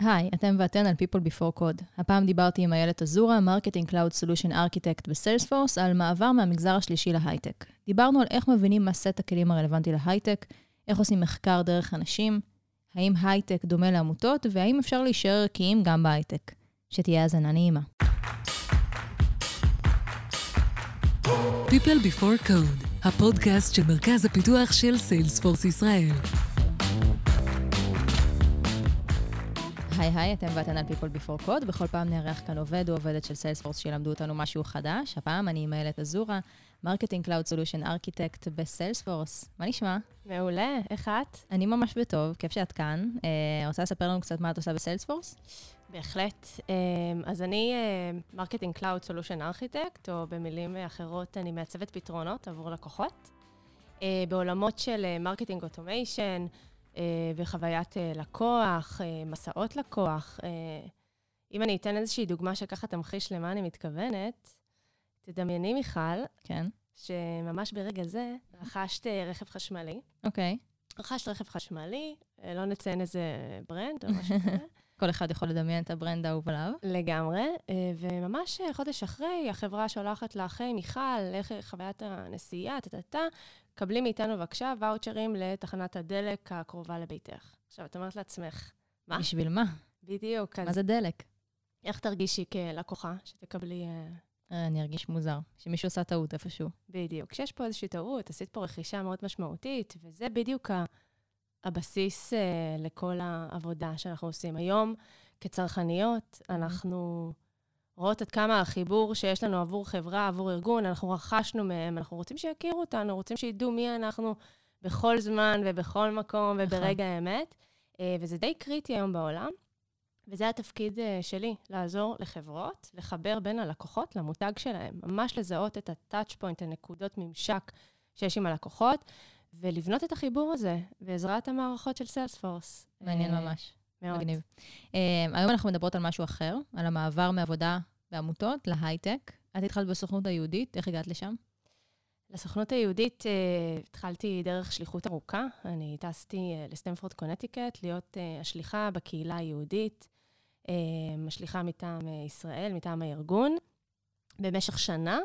היי, אתם ואתן על People Before Code. הפעם דיברתי עם איילת אזורה, Marketing Cloud Solution Architect בסיילספורס, על מעבר מהמגזר השלישי להייטק. דיברנו על איך מבינים מה סט הכלים הרלוונטי להייטק, איך עושים מחקר דרך אנשים, האם הייטק דומה לעמותות, והאם אפשר להישאר ערכיים גם בהייטק. שתהיה האזנה נעימה. People Before Code, הפודקאסט של מרכז הפיתוח של סיילספורס ישראל. היי, אתם ואתן על People Before Code. בכל פעם נערך כאן עובד או עובדת של סיילספורס שילמדו אותנו משהו חדש. הפעם אני עם איילת אזורה, Marketing Cloud Solution Architect בסיילספורס. מה נשמע? מעולה, איך את? אני ממש בטוב, כיף שאת כאן. רוצה לספר לנו קצת מה את עושה בסיילספורס? בהחלט. אז אני Marketing Cloud Solution Architect, או במילים אחרות אני מעצבת פתרונות עבור לקוחות. בעולמות של Marketing Automation, וחוויית לקוח, מסעות לקוח. אם אני אתן איזושהי דוגמה שככה תמחיש למה אני מתכוונת, תדמייני מיכל, כן. שממש ברגע זה רכשת רכב חשמלי. אוקיי. רכשת רכב חשמלי, לא נציין איזה ברנד או משהו כזה. כל אחד יכול לדמיין את הברנד האהוב עליו. לגמרי, וממש חודש אחרי, החברה שולחת לך, היי מיכל, איך חוויית הנסיעה, קבלי מאיתנו בבקשה ואוצ'רים לתחנת הדלק הקרובה לביתך. עכשיו, את אומרת לעצמך, מה? בשביל מה? בדיוק. מה זה דלק? איך תרגישי כלקוחה שתקבלי... אני ארגיש מוזר, שמישהו עושה טעות איפשהו. בדיוק. כשיש פה איזושהי טעות, עשית פה רכישה מאוד משמעותית, וזה בדיוק הבסיס לכל העבודה שאנחנו עושים. היום, כצרכניות, אנחנו רואות עד כמה החיבור שיש לנו עבור חברה, עבור ארגון, אנחנו רכשנו מהם, אנחנו רוצים שיכירו אותנו, רוצים שידעו מי אנחנו בכל זמן ובכל מקום וברגע האמת, וזה די קריטי היום בעולם, וזה התפקיד שלי, לעזור לחברות, לחבר בין הלקוחות למותג שלהם, ממש לזהות את הטאץ' פוינט, הנקודות ממשק שיש עם הלקוחות, ולבנות את החיבור הזה בעזרת המערכות של סיילספורס. מעניין ממש. מאוד. מגניב. היום אנחנו מדברות על משהו אחר, על המעבר מעבודה בעמותות להייטק. את התחלת בסוכנות היהודית, איך הגעת לשם? לסוכנות היהודית התחלתי דרך שליחות ארוכה. אני טסתי לסטנפורד קונטיקט, להיות השליחה בקהילה היהודית, השליחה מטעם ישראל, מטעם הארגון, במשך שנה.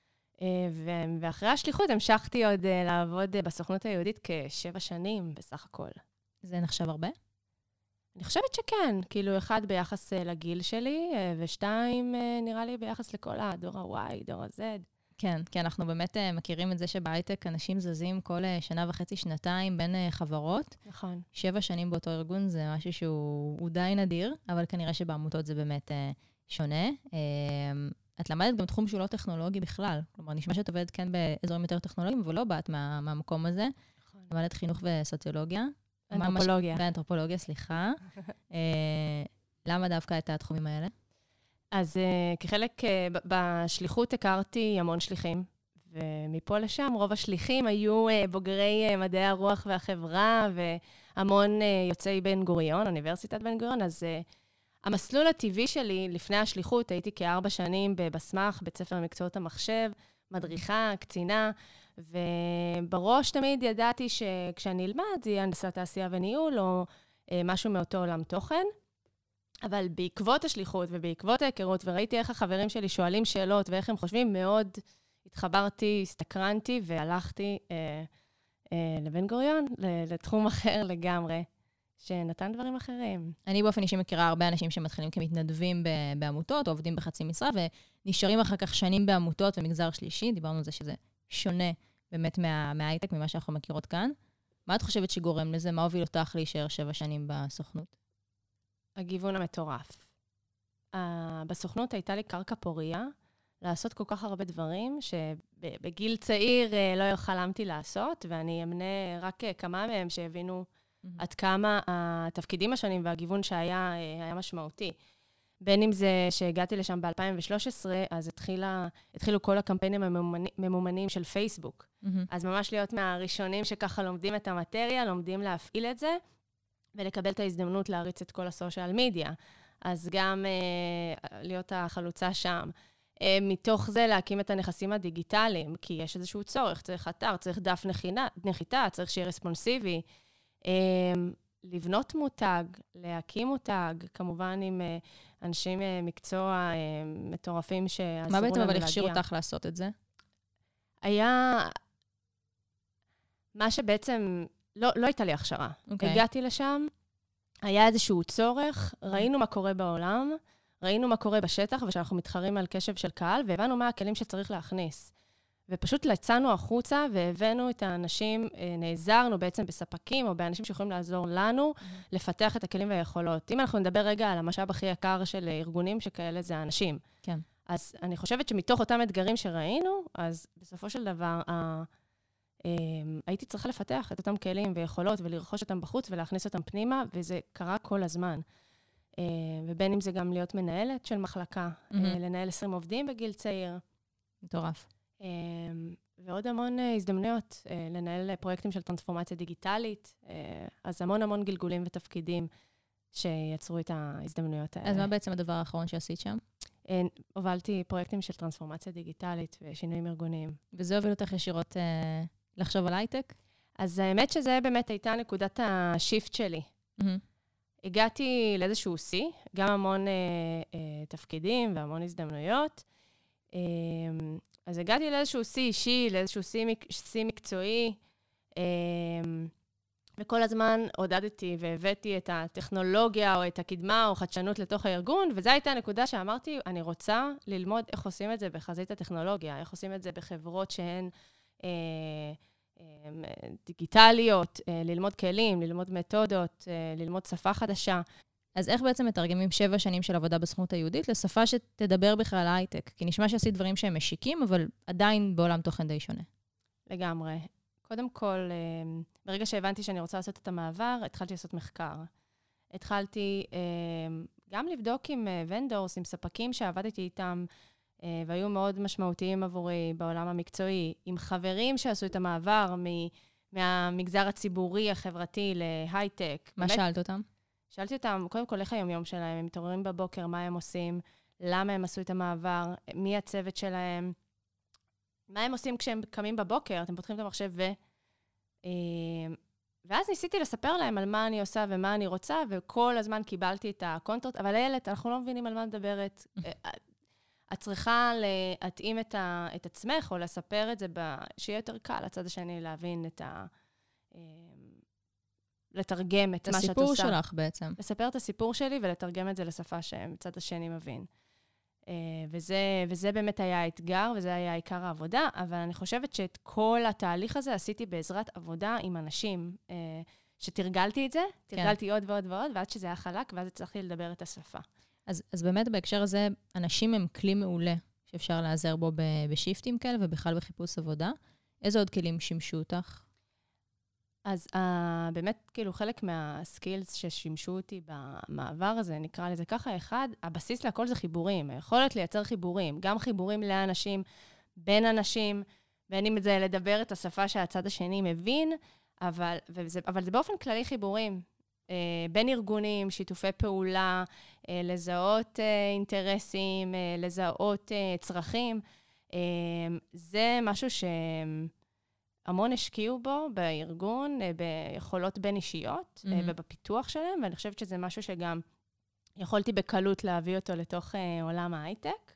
ואחרי השליחות המשכתי עוד לעבוד בסוכנות היהודית כ7 שנים בסך הכל. זה נחשב הרבה? אני חושבת שכן, כאילו 1 ביחס לגיל שלי, ו2 נראה לי ביחס לכל הדור ה-Y, דור ה-Z. כן, כי אנחנו באמת מכירים את זה שבהייטק אנשים זזים כל 1.5 שנתיים בין חברות. נכון. 7 שנים באותו ארגון זה משהו שהוא די נדיר, אבל כנראה שבעמותות זה באמת שונה. את למדת גם תחום שהוא לא טכנולוגי בכלל. כלומר, נשמע שאת עובדת כן באזורים יותר טכנולוגיים, אבל לא באת מהמקום הזה. נכון. למדת חינוך וסוציולוגיה. אנתרופולוגיה. ואנתרופולוגיה, סליחה. למה דווקא את התחומים האלה? אז כחלק, בשליחות הכרתי המון שליחים, ומפה לשם רוב השליחים היו בוגרי מדעי הרוח והחברה, והמון יוצאי בן גוריון, אוניברסיטת בן גוריון, אז המסלול הטבעי שלי לפני השליחות, הייתי כ4 שנים בבסמך, בית ספר למקצועות המחשב, מדריכה, קצינה, ובראש תמיד ידעתי שכשאני אלמד, זה יהיה הנדסת תעשייה וניהול, או משהו מאותו עולם תוכן. אבל בעקבות השליחות ובעקבות ההיכרות, וראיתי איך החברים שלי שואלים שאלות, ואיך הם חושבים, מאוד התחברתי, הסתקרנתי, והלכתי לבן גוריון, לתחום אחר לגמרי, שנתן דברים אחרים. אני באופן אישי מכירה הרבה אנשים שמתחילים כמתנדבים בעמותות, או עובדים בחצי משרה, ונשארים אחר כך שנים בעמותות ומגזר שלישי. דיברנו על זה שזה שונה באמת מההייטק, ממה שאנחנו מכירות כאן. מה את חושבת שגורם לזה? מה הוביל אותך להישאר 7 שנים בסוכנות? הגיוון המטורף. בסוכנות הייתה לי קרקע פוריה, לעשות כל כך הרבה דברים שבגיל צעיר לא חלמתי לעשות, ואני אמנה רק כמה מהם שהבינו עד כמה התפקידים השונים והגיוון שהיה משמעותי. בין אם זה שהגעתי לשם ב-2013, אז התחילו כל הקמפיינים הממומנים של פייסבוק. אז ממש להיות מהראשונים שככה לומדים את המטריה, לומדים להפעיל את זה, ולקבל את ההזדמנות להריץ את כל הסושיאל מדיה. אז גם להיות החלוצה שם. מתוך זה להקים את הנכסים הדיגיטליים, כי יש איזשהו צורך, צריך אתר, צריך דף נחיתה, צריך שיהיה רספונסיבי. לבנות מותג, להקים מותג, כמובן עם אנשים מקצוע מטורפים שעזרו לנו להגיע. מה בעצם אבל הכשיר אותך לעשות את זה? היה מה שבעצם לא הייתה לי הכשרה. הגעתי לשם, היה איזשהו צורך, ראינו מה קורה בעולם, ראינו מה קורה בשטח, ושאנחנו מתחרים על קשב של קהל, והבנו מה הכלים שצריך להכניס. ופשוט יצאנו החוצה, והבאנו את האנשים, נעזרנו בעצם בספקים, או באנשים שיכולים לעזור לנו, לפתח את הכלים והיכולות. אם אנחנו נדבר רגע על המשאב הכי יקר של ארגונים שכאלה, זה האנשים. כן. אז אני חושבת שמתוך אותם אתגרים שראינו, אז בסופו של דבר, הייתי צריכה לפתח את אותם כלים ויכולות, ולרכוש אותם בחוץ, ולהכניס אותם פנימה, וזה קרה כל הזמן. ובין אם זה גם להיות מנהלת של מחלקה, לנהל 20 עובדים בגיל צעיר. מטורף. ועוד המון הזדמנויות, לנהל פרויקטים של טרנספורמציה דיגיטלית, אז המון גלגולים ותפקידים שיצרו את ההזדמנויות האלה. אז מה בעצם הדבר האחרון שעשית שם? הובלתי פרויקטים של טרנספורמציה דיגיטלית ושינויים ארגוניים. וזה הוביל אותך ישירות לחשוב על הייטק? אז האמת שזה באמת הייתה נקודת השיפט שלי. הגעתי לאיזשהו שיא, גם המון תפקידים והמון הזדמנויות. אז הגעתי לאיזשהו שיא אישי, לאיזשהו שיא מקצועי, וכל הזמן עודדתי והבאתי את הטכנולוגיה או את הקדמה או חדשנות לתוך הארגון, וזו הייתה הנקודה שאמרתי, אני רוצה ללמוד איך עושים את זה בחזית הטכנולוגיה, איך עושים את זה בחברות שהן דיגיטליות, ללמוד כלים, ללמוד מתודות, ללמוד שפה חדשה. אז איך בעצם מתרגמים 7 שנים של עבודה בסוכנות היהודית לשפה שתדבר בכלל על הייטק? כי נשמע שעשית דברים שהם משיקים, אבל עדיין בעולם תוכן די שונה. לגמרי. קודם כל, ברגע שהבנתי שאני רוצה לעשות את המעבר, התחלתי לעשות מחקר. התחלתי גם לבדוק עם ונדורס, עם ספקים שעבדתי איתם, והיו מאוד משמעותיים עבורי בעולם המקצועי, עם חברים שעשו את המעבר מהמגזר הציבורי, החברתי, להייטק. מה שאלת אותם? שאלתי אותם, קודם כל, איך היומיום שלהם? הם מתעוררים בבוקר, מה הם עושים? למה הם עשו את המעבר? מי הצוות שלהם? מה הם עושים כשהם קמים בבוקר? אתם פותחים את המחשב ואז ניסיתי לספר להם על מה אני עושה ומה אני רוצה, וכל הזמן קיבלתי את הקונטרות, אבל הילד, אנחנו לא מבינים על מה מדברת. את צריכה להתאים את עצמך, או לספר את זה, שיהיה יותר קל, הצד השני להבין לתרגם את מה שאת עושה. את הסיפור שלך בעצם. לספר את הסיפור שלי ולתרגם את זה לשפה שהצד השני מבין. וזה באמת היה האתגר, וזה היה עיקר העבודה, אבל אני חושבת שאת כל התהליך הזה עשיתי בעזרת עבודה עם אנשים, שתרגלתי את זה, תרגלתי עוד ועוד ועוד, ועד שזה היה חלק, ואז הצלחתי לדבר את השפה. אז באמת בהקשר הזה, אנשים הם כלי מעולה שאפשר לעזר בו בשיפטים כאלה, ובכלל בחיפוש עבודה. איזה עוד כלים שימשו אותך? אז באמת, כאילו, חלק מהסקילס ששימשו אותי במעבר הזה, נקרא לזה ככה, אחד, הבסיס להכל זה חיבורים, היכולת לייצר חיבורים, גם חיבורים לאנשים, בין אנשים, בין אם זה לדבר את השפה שהצד השני מבין, אבל זה באופן כללי חיבורים, בין ארגונים, שיתופי פעולה, לזהות אינטרסים, לזהות צרכים, זה משהו המון השקיעו בו בארגון, ביכולות בין אישיות ובפיתוח שלהם, ואני חושבת שזה משהו שגם יכולתי בקלות להביא אותו לתוך עולם ההייטק.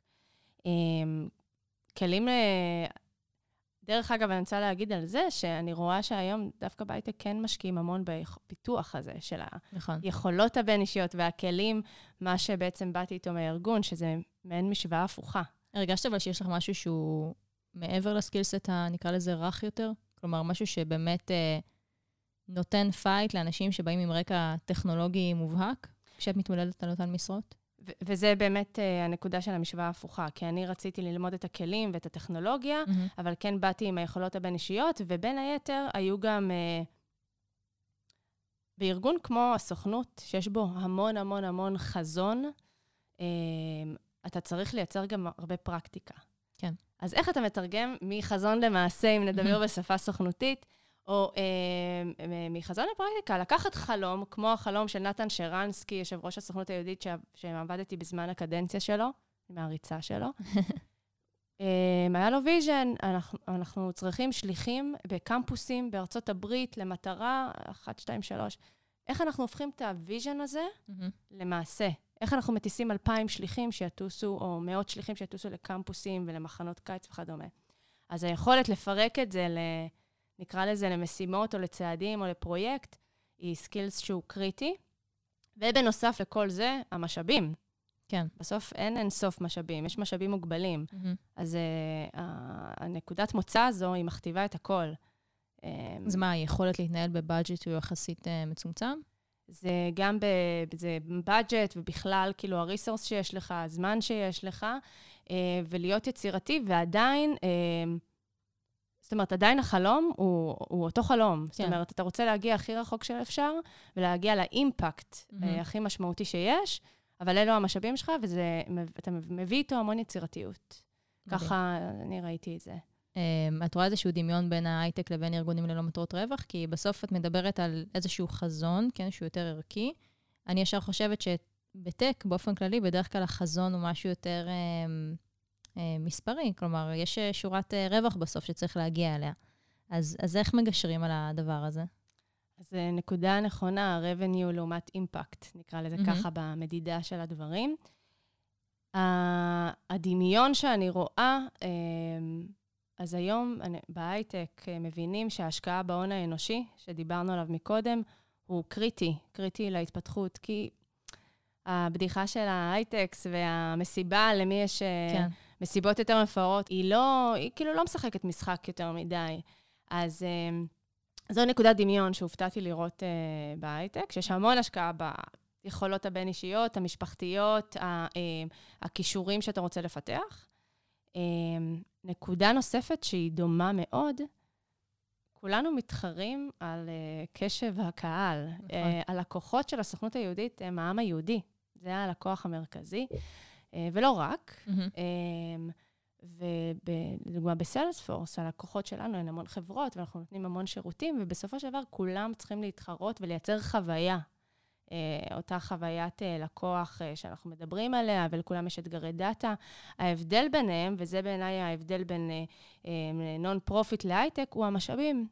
כלים, דרך אגב, אני רוצה להגיד על זה, שאני רואה שהיום דווקא בהייטק כן משקיעים המון בפיתוח הזה, של היכולות הבין אישיות והכלים, מה שבעצם באתי איתו מהארגון, שזה מעין משוואה הפוכה. הרגשת אבל שיש לך משהו שהוא מעבר לסקילסט, נקרא לזה רך יותר? כלומר, משהו שבאמת נותן פייט לאנשים שבאים עם רקע טכנולוגי מובהק, כשאת מתמודדת על אותן משרות? וזה באמת הנקודה של המשוואה ההפוכה, כי אני רציתי ללמוד את הכלים ואת הטכנולוגיה, אבל כן באתי עם היכולות הבין אישיות, ובין היתר היו גם בארגון כמו הסוכנות, שיש בו המון המון המון חזון, אתה צריך לייצר גם הרבה פרקטיקה. כן. אז איך אתה מתרגם מחזון למעשה, אם נדבר בשפה סוכנותית, או מחזון לפרקטיקה, לקחת חלום, כמו החלום של נתן שרנסקי, יושב ראש הסוכנות היהודית, שעבדתי בזמן הקדנציה שלו, מהריצה שלו. היה לו ויז'ן, אנחנו צריכים שליחים בקמפוסים בארצות הברית, למטרה 1, 2, 3, איך אנחנו הופכים את הוויז'ן הזה למעשה? איך אנחנו מטיסים 2,000 שליחים שיטוסו, או מאות שליחים שיטוסו לקמפוסים ולמחנות קיץ וכדומה. אז היכולת לפרק את זה, נקרא לזה למשימות או לצעדים או לפרויקט, היא סקילס שהוא קריטי. ובנוסף לכל זה, המשאבים. כן. בסוף אין סוף משאבים, יש משאבים מוגבלים. אז הנקודת מוצא הזו, היא מכתיבה את הכל. אז מה, היכולת להתנהל בבאג'ט הוא יחסית מצומצם? זה גם בבאג'ט, ובכלל, כאילו, הריסורס שיש לך, הזמן שיש לך, ולהיות יצירתי, ועדיין, זאת אומרת, עדיין החלום הוא אותו חלום. זאת אומרת, אתה רוצה להגיע הכי רחוק שאפשר, ולהגיע לאימפקט הכי משמעותי שיש, אבל אלו המשאבים שלך, ואתה מביא איתו המון יצירתיות. ככה אני ראיתי את זה. את רואה איזשהו דמיון בין ההייטק לבין ארגונים ללא מטרות רווח, כי בסוף את מדברת על איזשהו חזון, כן, שהוא יותר ערכי. אני ישר חושבת שבטק, באופן כללי, בדרך כלל החזון הוא משהו יותר מספרי, כלומר, יש שורת רווח בסוף שצריך להגיע אליה. אז איך מגשרים על הדבר הזה? אז נקודה נכונה, revenue לעומת impact, נקרא לזה ככה במדידה של הדברים. הדמיון שאני רואה, אז היום בהייטק מבינים שההשקעה בהון האנושי, שדיברנו עליו מקודם, הוא קריטי להתפתחות, כי הבדיחה של ההייטקס והמסיבה, למי יש מסיבות יותר מפוארות, היא כאילו לא משחקת משחק יותר מדי. אז זו נקודת דמיון שהופתעתי לראות בהייטק, שיש המון השקעה ביכולות הבין-אישיות, המשפחתיות, הכישורים שאתה רוצה לפתח. נקודה נוספת שהיא דומה מאוד, כולנו מתחרים על קשב הקהל. הלקוחות של הסוכנות היהודית הם העם היהודי. זה הלקוח המרכזי, ולא רק. ולדוגמה בסיילספורס, הלקוחות שלנו הן המון חברות, ואנחנו נותנים המון שירותים, ובסופו של דבר כולם צריכים להתחרות ולייצר חוויה. אותה חוויית לקוח שאנחנו מדברים עליה, ולכולם יש אתגרי דאטה. ההבדל ביניהם, וזה בעיניי ההבדל בין נון-פרופיט להייטק, הוא המשאבים.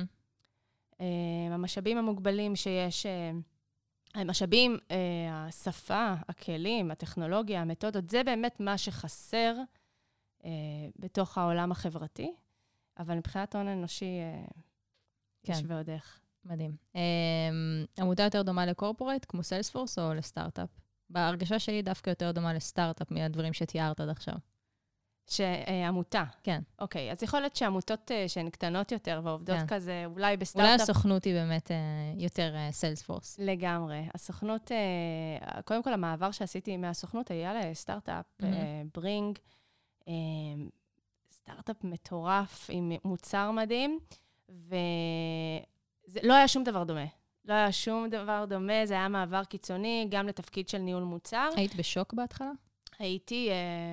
המשאבים המוגבלים שיש, המשאבים, השפה, הכלים, הטכנולוגיה, המתודות, זה באמת מה שחסר בתוך העולם החברתי, אבל מבחינת ההון האנושי, יש ועוד איך. מדהים. עמותה יותר דומה לקורפורייט, כמו סיילספורס או לסטארט-אפ? בהרגשה שלי דווקא יותר דומה לסטארט-אפ מהדברים שתיארת עד עכשיו. שעמותה? כן. אוקיי, אז יכול להיות שעמותות שהן קטנות יותר ועובדות כזה, אולי בסטארט-אפ... אולי הסוכנות היא באמת יותר סיילספורס. לגמרי. הסוכנות, קודם כל המעבר שעשיתי מהסוכנות היה לסטארט-אפ, ברינג, סטארט-אפ מטורף עם מוצר מדהים, לא היה שום דבר דומה. לא היה שום דבר דומה, זה היה מעבר קיצוני, גם לתפקיד של ניהול מוצר. היית בשוק בהתחלה? הייתי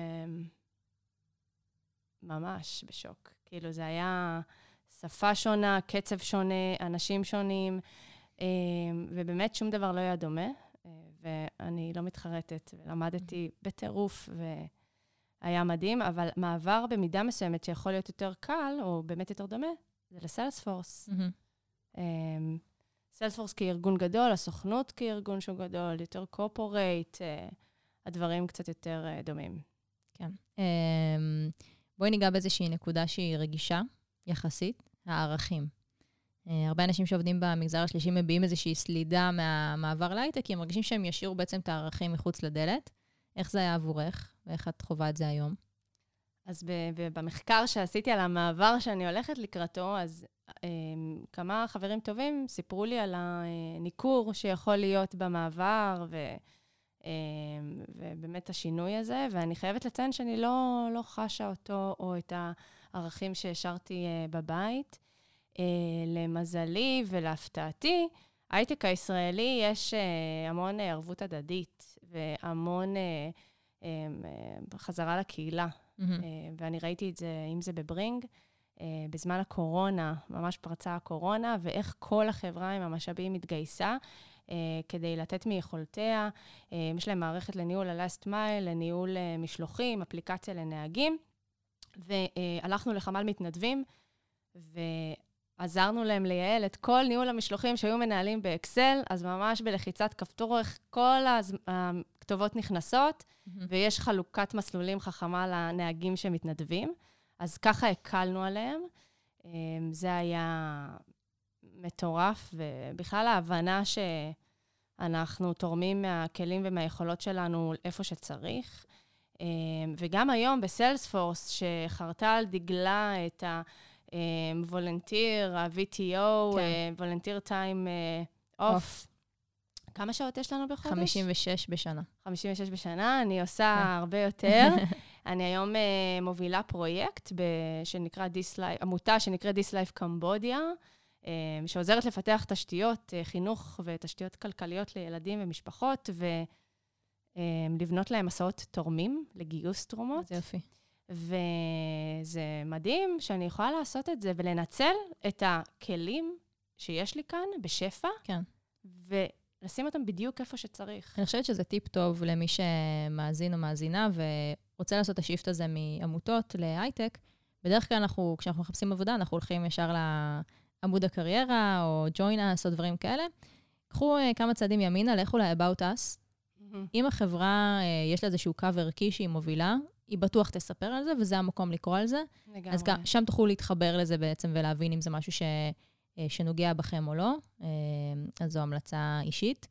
ממש בשוק. כאילו זה היה שפה שונה, קצב שונה, אנשים שונים, ובאמת שום דבר לא היה דומה, ואני לא מתחרטת, ולמדתי בטירוף, והיה מדהים, אבל מעבר במידה מסוימת שיכול להיות יותר קל, או באמת יותר דומה, זה לסיילספורס. סיילספורס כארגון גדול, הסוכנות כארגון שהוא גדול, יותר קורפורייט, הדברים קצת יותר דומים. כן. בואי ניגע באיזושהי נקודה שהיא רגישה, יחסית, הערכים. הרבה אנשים שעובדים במגזר השלישי מביאים איזושהי סלידה מהמעבר להייטק, כי הם מרגישים שהם ישאירו בעצם את הערכים מחוץ לדלת. איך זה היה עבורך, ואיך את חווה את זה היום? אז במחקר שעשיתי על המעבר שאני הולכת לקראתו, אז כמה חברים טובים סיפרו לי על הניכור שיכול להיות במעבר, ובאמת השינוי הזה, ואני חייבת לציין שאני לא חשה אותו, או את הערכים שהשארתי בבית. למזלי ולהפתעתי, ההייטק הישראלי יש המון ערבות הדדית, והמון חזרה לקהילה. ואני ראיתי את זה, אם זה בברינג, בזמן הקורונה, ממש פרצה הקורונה, ואיך כל החברה עם המשאבים התגייסה, כדי לתת מיכולתיה. יש להם מערכת לניהול ה-last mile, לניהול משלוחים, אפליקציה לנהגים, והלכנו לחמ"ל מתנדבים, עזרנו להם לייעל את כל ניהול המשלוחים שהיו מנהלים באקסל, אז ממש בלחיצת כפתור, כל הכתובות נכנסות, ויש חלוקת מסלולים חכמה לנהגים שמתנדבים. אז ככה הקלנו עליהם. זה היה מטורף, ובכלל ההבנה שאנחנו תורמים מהכלים ומהיכולות שלנו איפה שצריך. וגם היום בסלספורס, שחרתה על דגלה את וולנטיר, ה-VTO, וולנטיר טיים אוף. כמה שעות יש לנו בחודש? 56 בשנה. 56 בשנה, אני עושה הרבה יותר. אני היום מובילה פרויקט שנקרא עמותה שנקראת This Life Cambodia, שעוזרת לפתח תשתיות חינוך ותשתיות כלכליות לילדים ומשפחות, ולבנות להם מסעות תורמים לגיוס תרומות. זה יופי. וזה מדהים שאני יכולה לעשות את זה, ולנצל את הכלים שיש לי כאן בשפע, כן. ולשים אותם בדיוק איפה שצריך. אני חושבת שזה טיפ טוב למי שמאזין או מאזינה, ורוצה לעשות את השיפט הזה מעמותות להייטק. בדרך כלל כשאנחנו מחפשים עבודה, אנחנו הולכים ישר לעמוד הקריירה, או join us, או דברים כאלה. קחו כמה צעדים ימינה, לכו ל-About Us. אם החברה, יש לה איזשהו קו ערכי שהיא מובילה, היא בטוח תספר על זה, וזה המקום לקרוא על זה. לגמרי. אז שם תוכלו להתחבר לזה בעצם, ולהבין אם זה משהו שנוגע בכם או לא. אז זו המלצה אישית.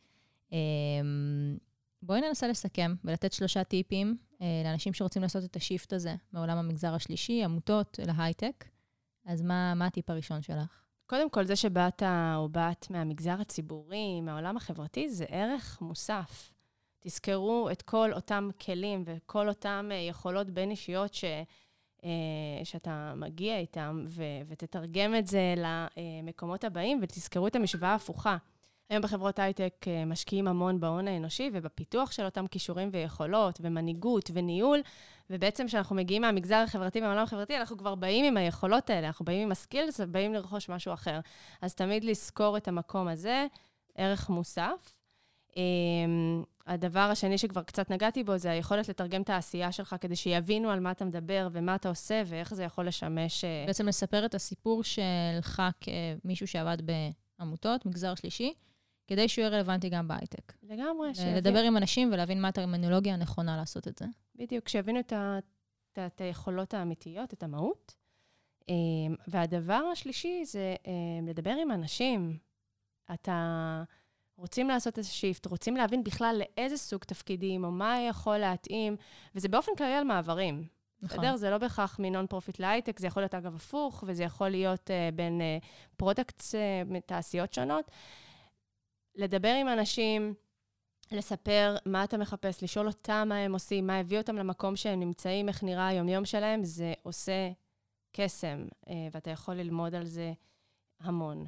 בואי ננסה לסכם, ולתת 3 טיפים לאנשים שרוצים לעשות את השיפט הזה, מעולם המגזר השלישי, עמותות להייטק. אז מה הטיפ הראשון שלך? קודם כל, זה שבאת או באת מהמגזר הציבורי, מהעולם החברתי, זה ערך מוסף. תזכרו את כל אותם כלים וכל אותם יכולות בין אישיות שאתה מגיע איתם, ותתרגם את זה למקומות הבאים, ותזכרו את המשוואה ההפוכה. היום בחברות הייטק משקיעים המון בהון האנושי, ובפיתוח של אותם כישורים ויכולות, ומנהיגות וניהול, ובעצם כשאנחנו מגיעים מהמגזר החברתי ומהעולם החברתי, אנחנו כבר באים עם היכולות האלה, אנחנו באים עם הסקילס, ובאים לרכוש משהו אחר. אז תמיד לזכור את המקום הזה, ערך מוסף. הדבר השני שכבר קצת נגעתי בו, זה היכולת לתרגם את העשייה שלך, כדי שיבינו על מה אתה מדבר, ומה אתה עושה, ואיך זה יכול לשמש. בעצם לספר את הסיפור שלך כמישהו שעבד בעמותות, מגזר שלישי, כדי שהוא יהיה רלוונטי גם בהייטק. לגמרי. לדבר עם אנשים ולהבין מה הטרמינולוגיה הנכונה לעשות את זה. בדיוק, שיבינו את היכולות האמיתיות, את המהות. והדבר השלישי זה לדבר עם אנשים. אתה רוצים לעשות איזה שיפט, רוצים להבין בכלל לאיזה סוג תפקידים, או מה יכול להתאים, וזה באופן כללי על מעברים. בסדר? זה לא בהכרח מנון-פרופיט להייטק, זה יכול להיות אגב הפוך, וזה יכול להיות בין פרודקטס מתעשיות שונות. לדבר עם אנשים, לספר מה אתה מחפש, לשאול אותם מה הם עושים, מה הביא אותם למקום שהם נמצאים, איך נראה היום-יום שלהם, זה עושה קסם, ואתה יכול ללמוד על זה המון.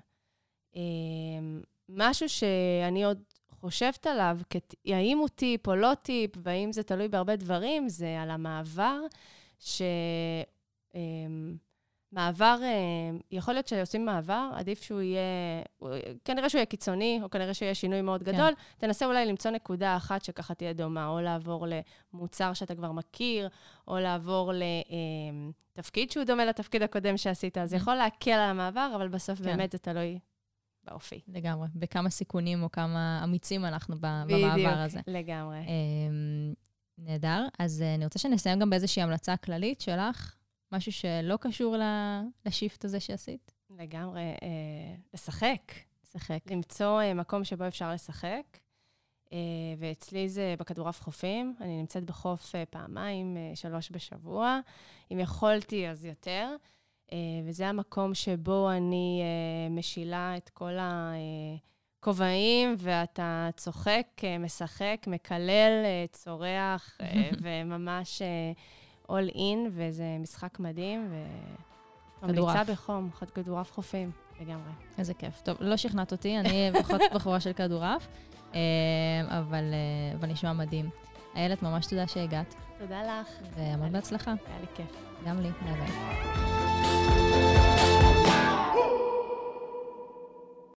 משהו שאני עוד חושבת עליו, האם הוא טיפ או לא טיפ, והאם זה תלוי בהרבה דברים, זה על המעבר, מעבר, יכול להיות שעושים מעבר, עדיף שהוא יהיה, כנראה שהוא יהיה קיצוני, או כנראה שיהיה שינוי מאוד גדול, תנסה אולי למצוא נקודה אחת שככה תהיה דומה, או לעבור למוצר שאתה כבר מכיר, או לעבור לתפקיד שהוא דומה לתפקיד הקודם שעשית, אז יכול להקל על המעבר, אבל בסוף באמת זה תלוי באופי. לגמרי, בכמה סיכונים או כמה אמיצים אנחנו במעבר הזה. בדיוק, לגמרי. נהדר, אז אני רוצה שנסיים גם באיזושהי המלצה כללית שלך, משהו שלא קשור לשיפט הזה שעשית? לגמרי, לשחק. למצוא מקום שבו אפשר לשחק. ואצלי זה בכדורעף חופים. אני נמצאת בחוף 2-3 בשבוע. אם יכולתי, אז יותר. וזה המקום שבו אני משילה את כל הכובעים, ואתה צוחק, משחק, מקלל, צורח, וממש all in, וזה משחק מדהים, ומליצה בחום, כדורעף חופים, לגמרי. איזה כיף. טוב, לא שכנעת אותי, אני פחות בחורה של כדורעף, אבל נשמע מדהים. איילת, ממש תודה שהגעת. תודה לך. והמון בהצלחה. היה לי כיף. גם לי, ביי.